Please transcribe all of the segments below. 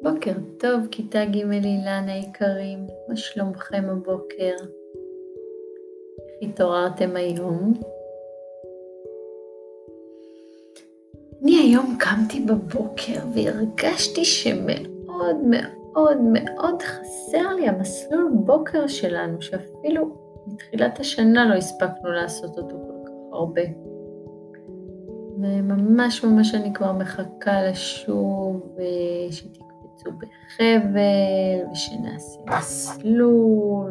בוקר טוב, כיתה ג' אילן היקרים, מה שלומכם הבוקר? איך התעוררתם היום? אני היום קמתי בבוקר והרגשתי שמאוד מאוד מאוד חסר לי המסלול בוקר שלנו, שאפילו מתחילת השנה לא הספקנו לעשות אותו כל כך הרבה. וממש אני כבר מחכה לשוב שתקפצו בחבל ושנעשה מסלול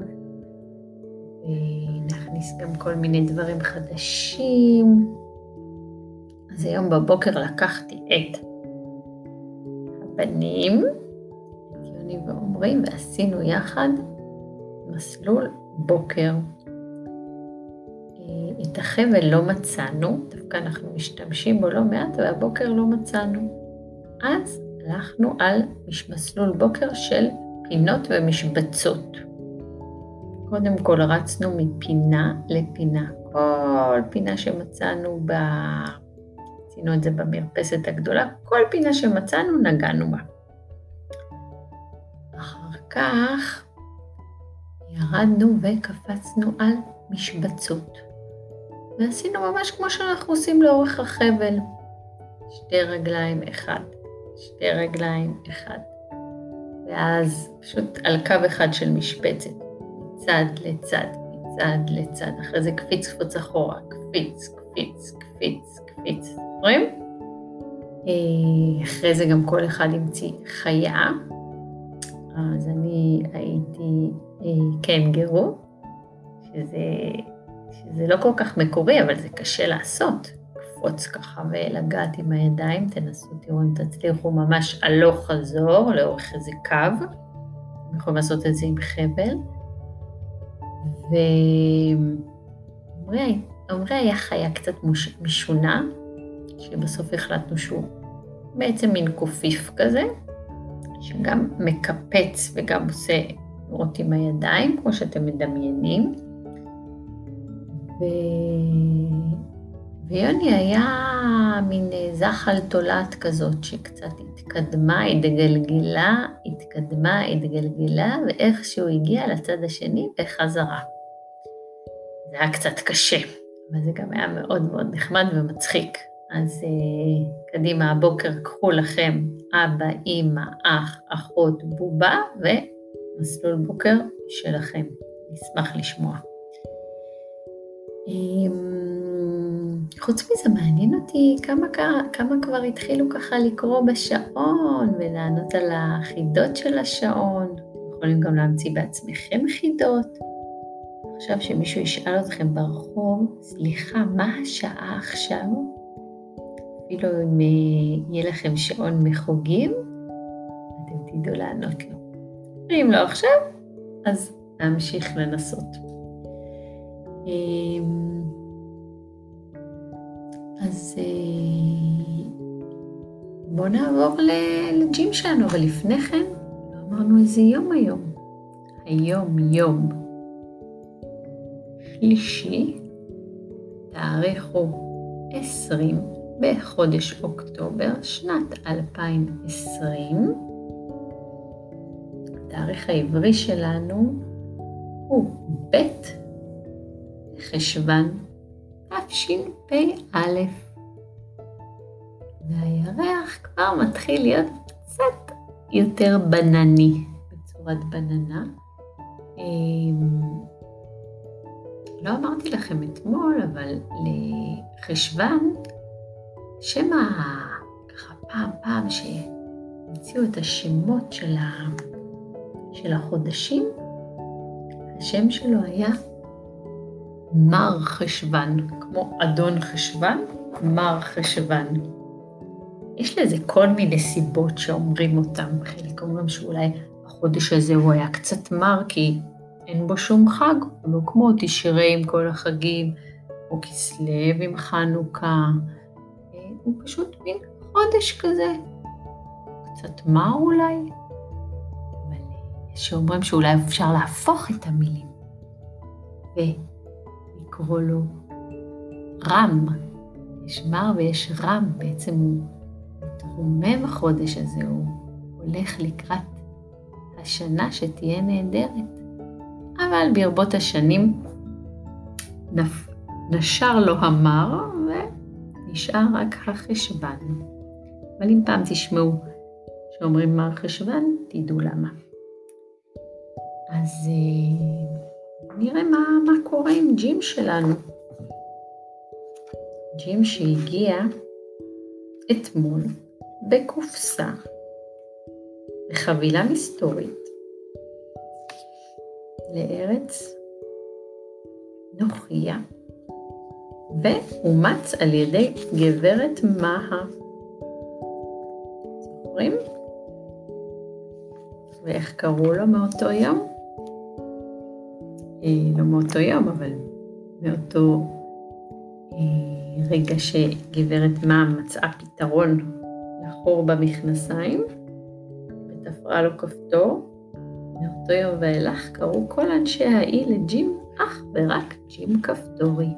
ונכניס גם כל מיני דברים חדשים. אז היום בבוקר לקחתי את הבנים, את יוני ועומרי, ועשינו יחד מסלול בוקר. את החבל לא מצאנו, דווקא אנחנו משתמשים בו לא מעט, והבוקר לא מצאנו. אז הלכנו על מסלול בוקר של פינות ומשבצות. קודם כל רצנו מפינה לפינה. כל פינה שמצאנו, עשינו את זה במרפסת הגדולה, כל פינה שמצאנו נגענו בה. אחר כך ירדנו וקפצנו על משבצות. ועשינו ממש כמו שאנחנו עושים לאורך החבל. 2 רגליים 1, 2 רגליים 1. ואז פשוט על קו אחד של משבצת, מצד לצד, מצד לצד. אחרי זה קפיץ, קפוץ אחורה, קפיץ, קפיץ, קפיץ, קפיץ. זוכרים? אחרי זה גם כל אחד ימציא חיה. אז אני הייתי קנגרו, שזה לא כל כך מקורי, אבל זה קשה לעשות. קפוץ ככה ולגעת עם הידיים, תנסו, תראו אם תצליחו ממש הלוך חזור, לאורך איזה קו. אתם יכולים לעשות את זה עם חבל. ועומרי היה חיה קצת משונה, שבסוף החלטנו שהוא בעצם מין קופיף כזה, שגם מקפץ וגם עושה תנועות עם הידיים, כמו שאתם מדמיינים. ויוני היה מין זחל תולעת כזאת שקצת התקדמה, התגלגלה, ואיכשהו הגיע לצד השני בחזרה. זה היה קצת קשה, אבל זה גם היה מאוד מאוד נחמד ומצחיק. אז קדימה, הבוקר קחו לכם אבא, אמא, אח, אחות, בובה, ומסלול בוקר שלכם. נשמח לשמוע. חוץ מזה מעניין אותי כמה כבר התחילו ככה לקרוא בשעון ולענות על החידות של השעון. יכולים גם להמציא בעצמכם חידות. עכשיו שמישהו ישאל אתכם ברחוב, סליחה, מה השעה עכשיו? אפילו אם יהיה לכם שעון מחוגים, אתם תדעו לענות לו. אם לא עכשיו, אז נמשיך לנסות. אז בואו נעבור לג'ים שלנו, אבל לפני כן לא אמרנו איזה יום היום. היום יום שלישי, תאריך הוא 20 בחודש אוקטובר, שנת 2020. התאריך העברי שלנו הוא ב' חשוון תשפ"א. והירח כבר מתחיל להיות קצת יותר בנני, בצורת בננה. לא אמרתי לכם אתמול, אבל לחשוון, שמה ככה פעם שהמציאו את השמות של החודשים, השם שלו היה מר חשוון, כמו אדון חשוון, מר חשוון. יש לזה כל מיני סיבות שאומרים אותם. חלק אומרים שאולי החודש הזה הוא היה קצת מר, כי אין בו שום חג, לא כמו תשרי עם כל החגים, או כסלו עם חנוכה. הוא פשוט מין חודש כזה, קצת מר אולי. אבל יש שאומרים שאולי אפשר להפוך את המילים, ולקרוא לו רם. יש מר ויש רם, בעצם הוא מתרומם החודש הזה, הוא הולך לקראת השנה שתהיה נהדרת. אבל ברבות השנים נשר לו המר ונשאר רק החשוון. אבל אם פעם תשמעו שאומרים מר חשוון, תדעו למה. אז נראה מה קורה עם ג'ים שלנו. ג'ים שהגיע אתמול בקופסה, בחבילה מסתורית, לארץ נוחיה, ואומץ על ידי גברת מהה. זוכרים? ואיך קראו לו מאותו יום? לא מאותו יום, אבל מאותו רגע שגברת מהה מצאה פתרון לחור במכנסיים, ותפרה לו כפתור. מאותו יום ואילך קראו כל אנשי האי לג'ים, אך ורק ג'ים כפתורי.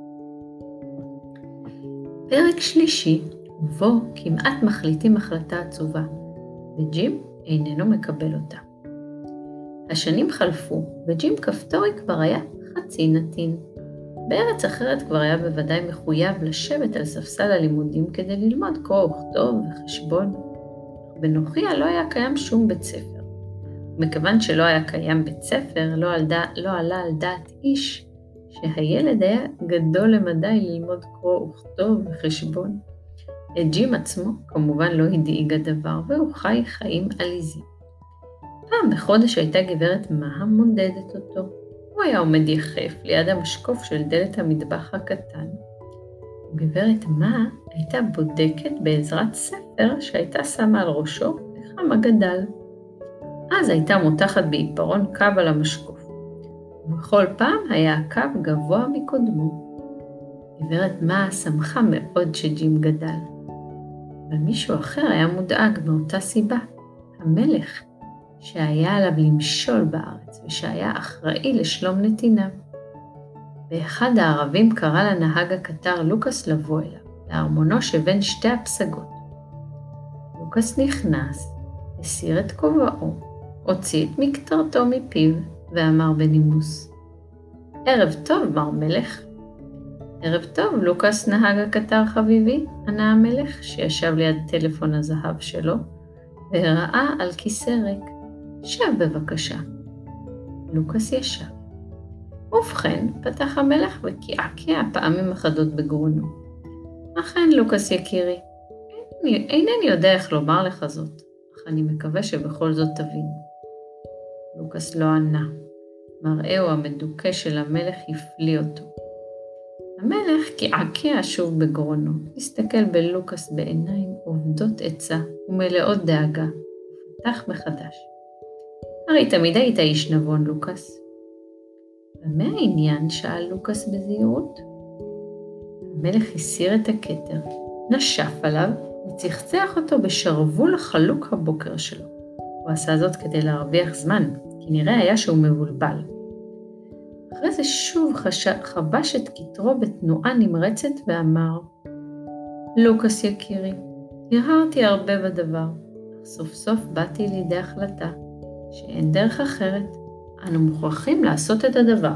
פרק שלישי, ובו כמעט מחליטים החלטה עצובה, וג'ים איננו מקבל אותה. השנים חלפו, וג'ים כפתורי כבר היה חצי נתין. בארץ אחרת כבר היה בוודאי מחויב לשבת על ספסל הלימודים כדי ללמוד קרוא וכתוב וחשבון. בנוחיה לא היה קיים שום בית ספר. מכיוון שלא היה קיים בית ספר, לא עלה על דעת איש שהילד היה גדול למדי ללמוד קרוא וכתוב וחשבון. את ג'ים עצמו כמובן לא הדאיג הדבר, והוא חי חיים עליזים. פעם בחודש הייתה גברת מהה מודדת אותו. הוא היה עומד יחף ליד המשקוף של דלת המטבח הקטן. גברת מהה הייתה בודקת בעזרת ספר שהייתה שמה על ראשו לכמה גדל. אז הייתה מותחת בעיפרון קו על המשקוף, ובכל פעם היה הקו גבוה מקודמו. גברת מהה שמחה מאוד שג'ים גדל. אבל מישהו אחר היה מודאג מאותה סיבה, המלך, שהיה עליו למשול בארץ ושהיה אחראי לשלום נתיניו. באחד הערבים קרא לנהג הקטר לוקאס לבוא אליו, לארמונו שבין שתי הפסגות. לוקאס נכנס, הסיר את כובעו, הוציא את מקטרתו מפיו ואמר בנימוס, ערב טוב, מר מלך. ערב טוב, לוקאס נהג הקטר חביבי, ענה המלך שישב ליד טלפון הזהב שלו, והראה על כיסא ריק. שב בבקשה. לוקאס ישב. ובכן, פתח המלך וקעקע פעמים אחדות בגרונו. אכן, לוקאס יקירי, אינני יודע איך לומר לך זאת, אך אני מקווה שבכל זאת תבין. לוקאס לא ענה. מראהו המדוכא של המלך הפליא אותו. המלך קעקע שוב בגרונו, הסתכל בלוקאס בעיניים עובדות עצה ומלאות דאגה, ופתח מחדש. הרי תמיד היית איש נבון, לוקאס. ומה העניין? שאל לוקאס בזהירות. המלך הסיר את הכתר, נשף עליו וצחצח אותו בשרוול החלוק הבוקר שלו. הוא עשה זאת כדי להרוויח זמן, כי נראה היה שהוא מבולבל. אחרי זה שוב חבש את כתרו בתנועה נמרצת ואמר, לוקאס יקירי, הרהרתי הרבה בדבר, אך סוף סוף באתי לידי החלטה, שאין דרך אחרת, אנו מוכרחים לעשות את הדבר.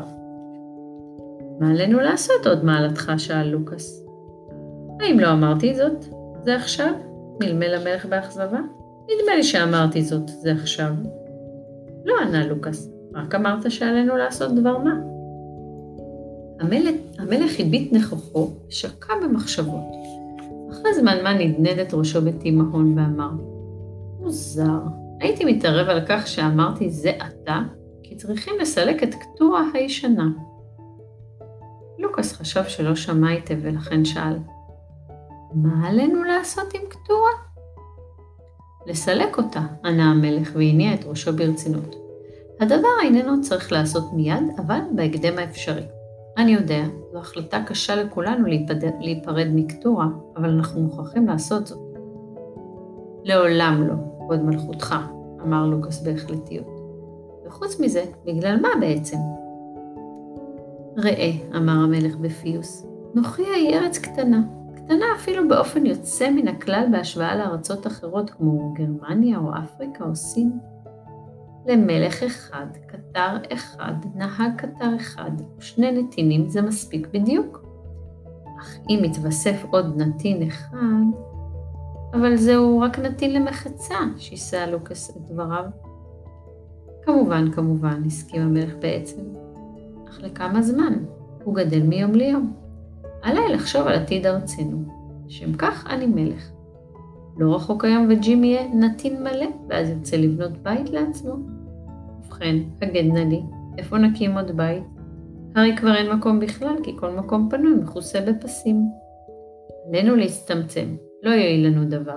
מה עלינו לעשות עוד מעלתך? שאל לוקאס. האם לא אמרתי זאת? זה עכשיו? מלמל המלך באכזבה. נדמה לי שאמרתי זאת, זה עכשיו. לא ענה לוקאס, רק אמרת שעלינו לעשות דבר מה. המלך הביט נכוחו ושקע במחשבות. אחרי זמן מה נדנד את ראשו בתימהון ואמר, מוזר, הייתי מתערב על כך שאמרתי זה עתה, כי צריכים לסלק את קטורה הישנה. לוקאס חשב שלא שמע היטב ולכן שאל, מה עלינו לעשות עם קטורה? לסלק אותה, ענה המלך והניע את ראשו ברצינות. הדבר איננו צריך לעשות מיד, אבל בהקדם האפשרי. אני יודע, זו החלטה קשה לכולנו להיפרד מקטורה, אבל אנחנו מוכרחים לעשות זאת. לעולם לא, כבוד מלכותך, אמר לוקאס בהחלטיות. וחוץ מזה, בגלל מה בעצם? ראה, אמר המלך בפיוס, נוחיה היא ארץ קטנה, קטנה אפילו באופן יוצא מן הכלל בהשוואה לארצות אחרות כמו גרמניה או אפריקה או סין. למלך אחד, קטר אחד, נהג קטר אחד ושני נתינים זה מספיק בדיוק. אך אם מתווסף עוד נתין אחד, אבל זהו רק נתין למחצה, שיסע לוקאס את דבריו. כמובן, הסכים המלך בעצם. אך לכמה זמן? הוא גדל מיום ליום. עליי לחשוב על עתיד ארצנו. לשם כך אני מלך. לא רחוק היום וג'ים יהיה נתין מלא, ואז ירצה לבנות בית לעצמו. ובכן, הגד נא לי, איפה נקים עוד בית? הרי כבר אין מקום בכלל, כי כל מקום פנוי מכוסה בפסים. עלינו להצטמצם, לא יועיל לנו דבר.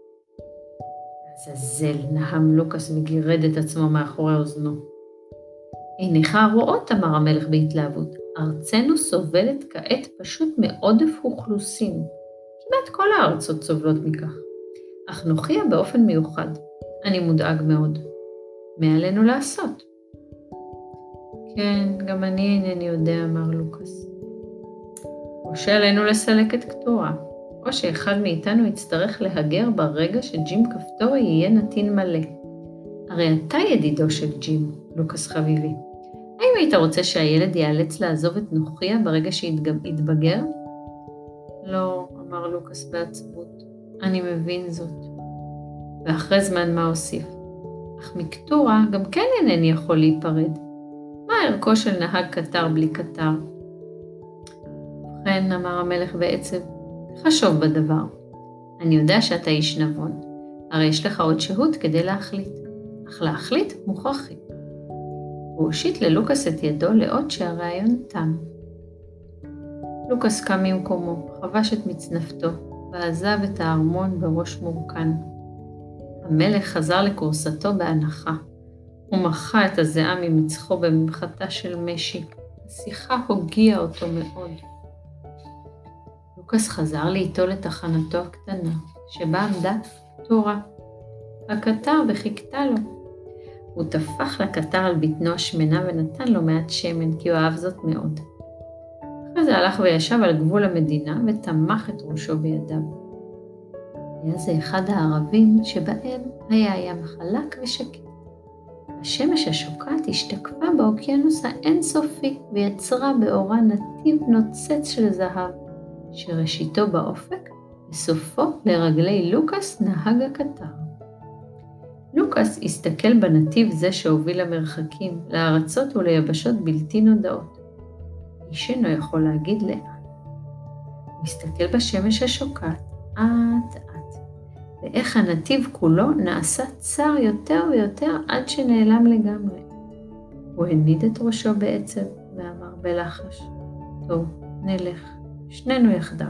עזאזל, נהם לוקאס וגירד את עצמו מאחורי אוזנו. עיניך רואות, אמר המלך בהתלהבות, ארצנו סובלת כעת פשוט מעודף אוכלוסין. כמעט כל הארצות סובלות מכך. אך נוכיח באופן מיוחד. אני מודאג מאוד. מה עלינו לעשות? כן, גם אני אינני יודע, אמר לוקאס. או שעלינו לסלק את קטורה, או שאחד מאיתנו יצטרך להגר ברגע שג'ים כפתורי יהיה נתין מלא. הרי אתה ידידו של ג'ים, לוקאס חביבי. האם היית רוצה שהילד ייאלץ לעזוב את נוכיה ברגע שיתבגר? לא, אמר לוקאס בעצבות, אני מבין זאת. ואחרי זמן מה הוסיף? אך מקטורה גם כן אינני יכול להיפרד. מה ערכו של נהג קטר בלי קטר? ובכן, אמר המלך בעצב, חשוב בדבר. אני יודע שאתה איש נבון, הרי יש לך עוד שהות כדי להחליט. אך להחליט מוכרחים. הוא הושיט ללוקאס את ידו לאות שהרעיון תם. לוקאס קם ממקומו, חבש את מצנפתו, ועזב את הארמון בראש מורכן. המלך חזר לכורסתו בהנחה. הוא מחה את הזיעה ממצחו בממחתה של משי. השיחה הוגיעה אותו מאוד. לוקאס חזר לאיתו לתחנתו הקטנה, שבה עמדה קטורה. הקטר וחיכתה לו. הוא טפח לקטר על בטנו השמנה ונתן לו מעט שמן, כי הוא אהב זאת מאוד. אחרי זה הלך וישב על גבול המדינה ותמך את ראשו בידיו. היה זה אחד הערבים שבהם היה ים חלק ושקט. השמש השוקעת השתקפה באוקיינוס האינסופי ויצרה באורה נתיב נוצץ של זהב, שראשיתו באופק וסופו לרגלי לוקאס נהג הקטר. לוקאס הסתכל בנתיב זה שהוביל למרחקים, לארצות וליבשות בלתי נודעות. איש אינו יכול להגיד לאן. הוא הסתכל בשמש השוקעת, אט, ואיך הנתיב כולו נעשה צר יותר ויותר עד שנעלם לגמרי. הוא הניד את ראשו בעצב ואמר בלחש, טוב, נלך, שנינו יחדיו.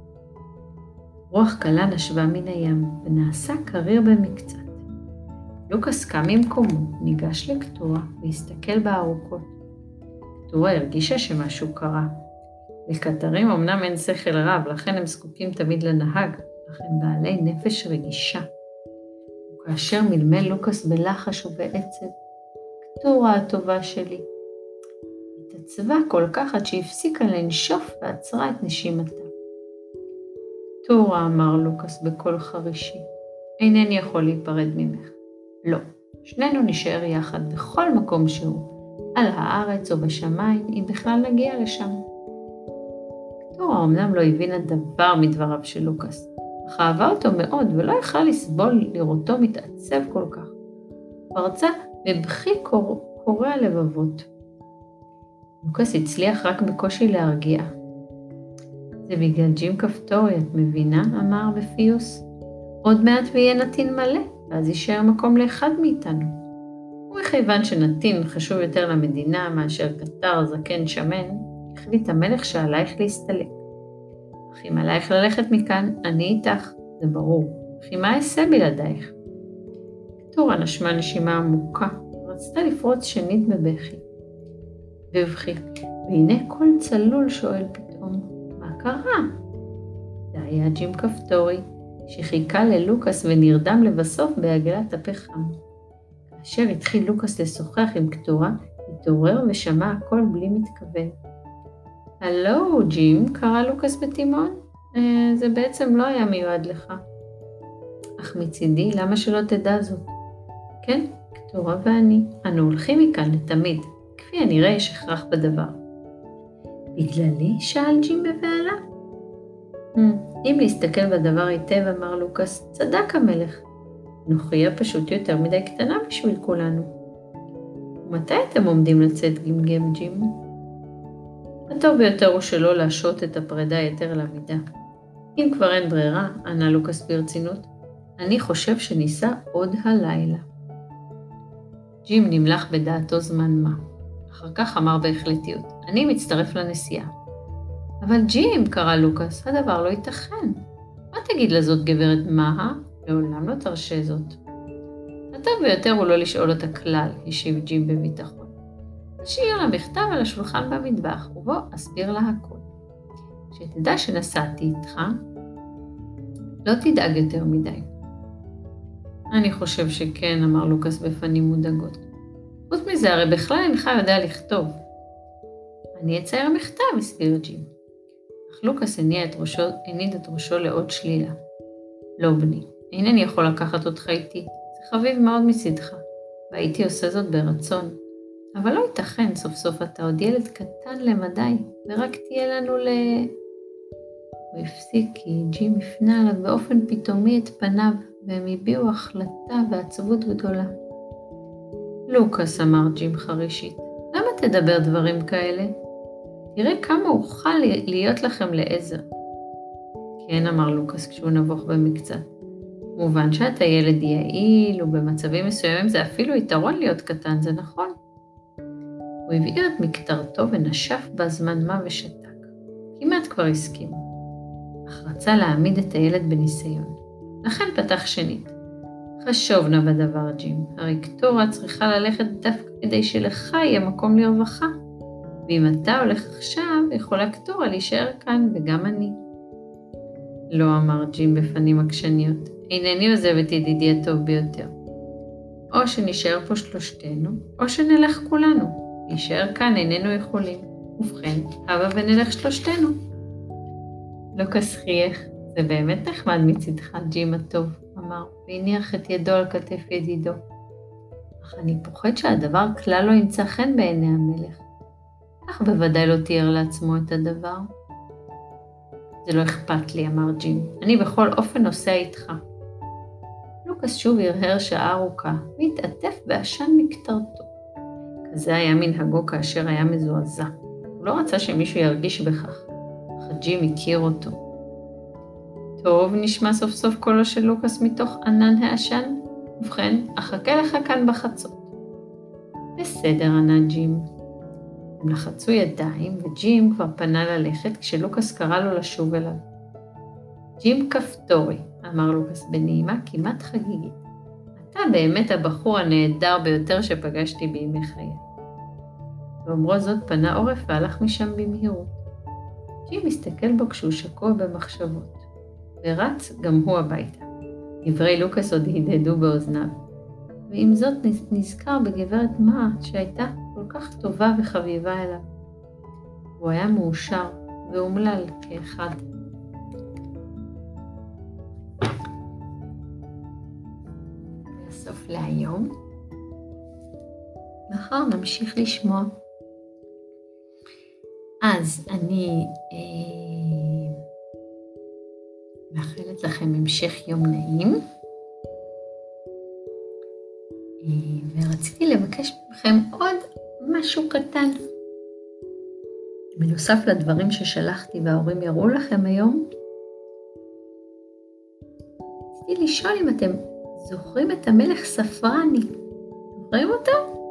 רוח קלה נשבה מן הים ונעשה קריר במקצת. לוקאס קם ממקומו, ניגש לקטורה והסתכל בארוכות. קטורה הרגישה שמשהו קרה. לקטרים אמנם אין שכל רב, לכן הם זקוקים תמיד לנהג, אך הם בעלי נפש רגישה. וכאשר מלמל לוקאס בלחש ובעצב, קטורה הטובה שלי, התעצבה כל כך עד שהפסיקה לנשוף ועצרה את נשימתה. קטורה, אמר לוקאס בקול חרישי, אינני יכול להיפרד ממך. לא, שנינו נשאר יחד בכל מקום שהוא, על הארץ או בשמיים, אם בכלל נגיע לשם. קטורה אמנם לא הבינה דבר מדבריו של לוקאס, אך אהבה אותו מאוד ולא יכל לסבול לראותו מתעצב כל כך. פרצה בבכי קורע לבבות. לוקאס הצליח רק בקושי להרגיע. זה בגלל ג'ים כפתורי, את מבינה? אמר בפיוס. עוד מעט ויהיה נתין מלא, ואז יישאר מקום לאחד מאיתנו. ומכיוון שנתין חשוב יותר למדינה מאשר קטר זקן שמן, החליט המלך שעלייך להסתלק. אך אם עלייך ללכת מכאן, אני איתך, זה ברור. אך אם מה אעשה בלעדייך? קטורה נשמה נשימה עמוקה, רצתה לפרוץ שנית בבכי. והנה כל צלול שואל פתאום, מה קרה? זה היה ג'ים כפתורי, שחיכה ללוקאס ונרדם לבסוף בעגלת הפחם. כאשר התחיל לוקאס לשוחח עם קטורה, התעורר ושמע הכל בלי מתכוון. הלו, ג'ים, קרא לוקאס בתימון, זה בעצם לא היה מיועד לך. אך מצידי, למה שלא תדע זאת? כן, קטורה ואני, אנו הולכים מכאן לתמיד. כפי הנראה יש הכרח בדבר. בגללי? שאל ג'ים בבהלה. אם להסתכל בדבר היטב, אמר לוקאס, צדק המלך. נוחיה פשוט יותר מדי קטנה בשביל כולנו. ומתי אתם עומדים לצאת? גמגם ג'ים. הטוב ביותר הוא שלא להשעות את הפרידה יותר למידה. אם כבר אין ברירה, ענה לוקאס ברצינות, אני חושב שניסע עוד הלילה. ג'ים נמלח בדעתו זמן מה. אחר כך אמר בהחלטיות, אני מצטרף לנסיעה. אבל ג'ים, קרא לוקאס, הדבר לא ייתכן. מה תגיד לזאת גברת מהה? לעולם לא תרשה זאת. הטוב ביותר הוא לא לשאול אותה כלל, השיב ג'ים בביטחון. תשאיר לה מכתב על השולחן במטבח, ובוא אסביר לה הכל. שתדע שנסעתי איתך, לא תדאג יותר מדי. אני חושב שכן, אמר לוקאס בפנים מודאגות. חוץ מזה, הרי בכלל אינך יודע לכתוב. אני אצייר מכתב, הסביר ג'ים. אך לוקאס הניד את ראשו לעוד שלילה. לא בני, אינני יכול לקחת אותך איתי, זה חביב מאוד מצדך, והייתי עושה זאת ברצון. אבל לא ייתכן, סוף סוף אתה עוד ילד קטן למדי, ורק תהיה לנו הוא הפסיק כי ג'ים הפנה עליו באופן פתאומי את פניו, והם הביעו החלטה ועצבות גדולה. לוקאס, אמר ג'ים חרישית, למה תדבר דברים כאלה? תראה כמה אוכל להיות לכם לעזר. כן, אמר לוקאס כשהוא נבוך במקצת. מובן שאתה ילד יעיל, ובמצבים מסוימים זה אפילו יתרון להיות קטן, זה נכון. הוא הבעיר את מקטרתו ונשף בזמן מה ושתק. כמעט כבר הסכים. אך רצה להעמיד את הילד בניסיון. לכן פתח שנית. חשוב נא בדבר, ג'ים. הרי קטורה צריכה ללכת דווקא כדי שלך יהיה מקום לרווחה. ואם אתה הולך עכשיו, יכולה קטורה להישאר כאן, וגם אני. לא, אמר ג'ים בפנים עקשניות. אינני עוזב את ידידי הטוב ביותר. או שנשאר פה שלושתנו, או שנלך כולנו. להישאר כאן איננו יכולים. ובכן, הבה ונלך שלושתנו. לוקאס חייך. זה באמת נחמד מצדך, ג'ים הטוב, אמר, והניח את ידו על כתף ידידו. אך אני פוחד שהדבר כלל לא ימצא חן בעיני המלך. כך בוודאי לא תיאר לעצמו את הדבר. זה לא אכפת לי, אמר ג'ים. אני בכל אופן נוסע איתך. לוקאס שוב הרהר שעה ארוכה, והתעטף בעשן מקטרתו. כזה היה מנהגו כאשר היה מזועזע. הוא לא רצה שמישהו ירגיש בכך, אך ג'ים הכיר אותו. טוב, נשמע סוף סוף קולו של לוקאס מתוך ענן העשן. ובכן, אחכה לך כאן בחצות. בסדר, ענה ג'ים. הם לחצו ידיים, וג'ים כבר פנה ללכת כשלוקאס קרא לו לשוב אליו. ג'ים כפתורי, אמר לוקאס בנעימה כמעט חגיגית. אתה באמת הבחור הנהדר ביותר שפגשתי בימי חיי. ואומרו זאת פנה עורף והלך משם במהירות. ג'ים הסתכל בו כשהוא שקוע במחשבות, ורץ גם הוא הביתה. דברי לוקאס עוד הדהדו באוזניו, ועם זאת נזכר בגברת מהה שהייתה כל כך טובה וחביבה אליו. הוא היה מאושר ואומלל כאחד. סוף להיום. מחר נמשיך לשמוע. אז אני מאחלת לכם המשך יום נעים. ורציתי לבקש מכם עוד משהו קטן. בנוסף לדברים ששלחתי וההורים יראו לכם היום, רציתי לשאול אם אתם זוכרים את המלך ספרני. זוכרים אותו?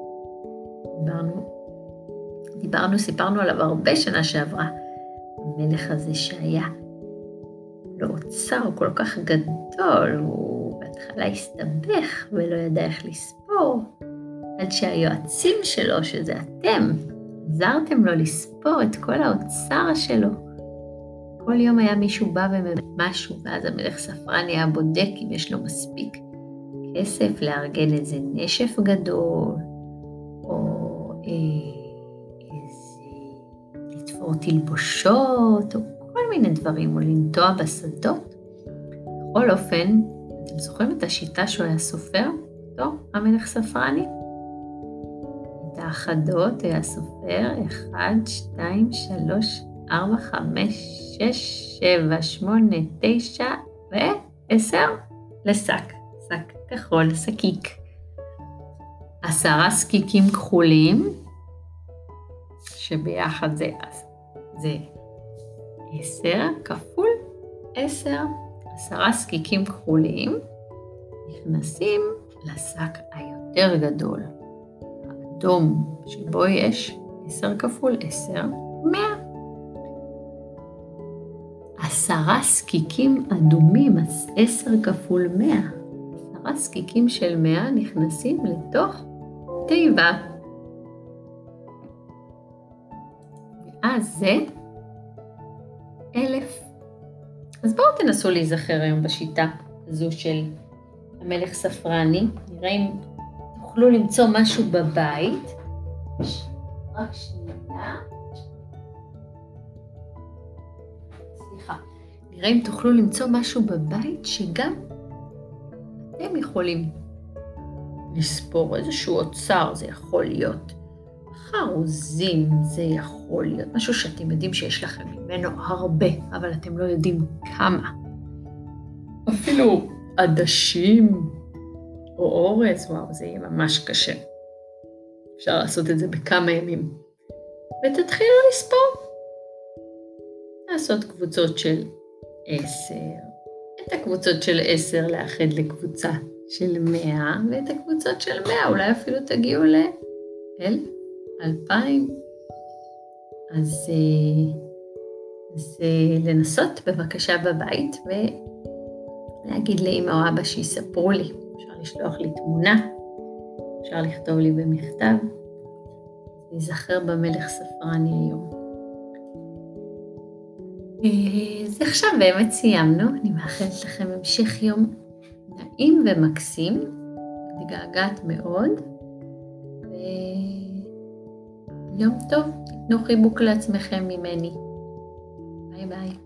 סיפרנו עליו הרבה שנה שעברה. המלך הזה שהיה לו אוצר כל כך גדול, הוא בהתחלה הסתבך ולא ידע איך לספור, עד שהיועצים שלו, שזה אתם, עזרתם לו לספור את כל האוצר שלו. כל יום היה מישהו בא ומשהו, ואז המלך ספרני היה בודק אם יש לו מספיק כסף לארגן איזה נשף גדול, או איזה לתפור תלבושות, או כל מיני דברים, או לנטוע בשדות. בכל אופן, אתם זוכרים את השיטה שהוא היה סופר? אותו, המלך ספרני? את האחדות היה סופר 1, 2, 3, 4, 5, 6, 7, 8, 9 ו-10 לשק. שק כחול, שקיק. 10 שקיקים כחולים, שביחד זה 10 כפול 10. 10 שקיקים כחולים נכנסים לשק היותר גדול, האדום, שבו יש 10 כפול 10, 100. 10 שקיקים אדומים, 10 כפול 100. 10 שקיקים של 100 נכנסים לתוך תיבה. ואז זה 1000. אז בואו תנסו להיזכר היום בשיטה הזו של המלך ספרני. נראה אם תוכלו למצוא משהו בבית. רק שנייה. סליחה. נראה אם תוכלו למצוא משהו בבית שגם אתם יכולים לספור. איזשהו אוצר, זה יכול להיות חרוזים, זה יכול להיות משהו שאתם יודעים שיש לכם ממנו הרבה, אבל אתם לא יודעים כמה. אפילו עדשים או אורז, וואו, זה יהיה ממש קשה. אפשר לעשות את זה בכמה ימים. ותתחילו לספור. לעשות קבוצות של 10. את הקבוצות של 10 לאחד לקבוצה של 100, ואת הקבוצות של 100 אולי אפילו תגיעו ל-2000. אז לנסות בבקשה בבית ולהגיד לאמא או אבא שיספרו לי. אפשר לשלוח לי תמונה, אפשר לכתוב לי במכתב. להיזכר במלך ספרני היום. אז עכשיו באמת סיימנו. אני מאחלת לכם המשך יום נעים ומקסים. מתגעגעת מאוד. יום טוב, תתנו חיבוק לעצמכם ממני. ביי ביי.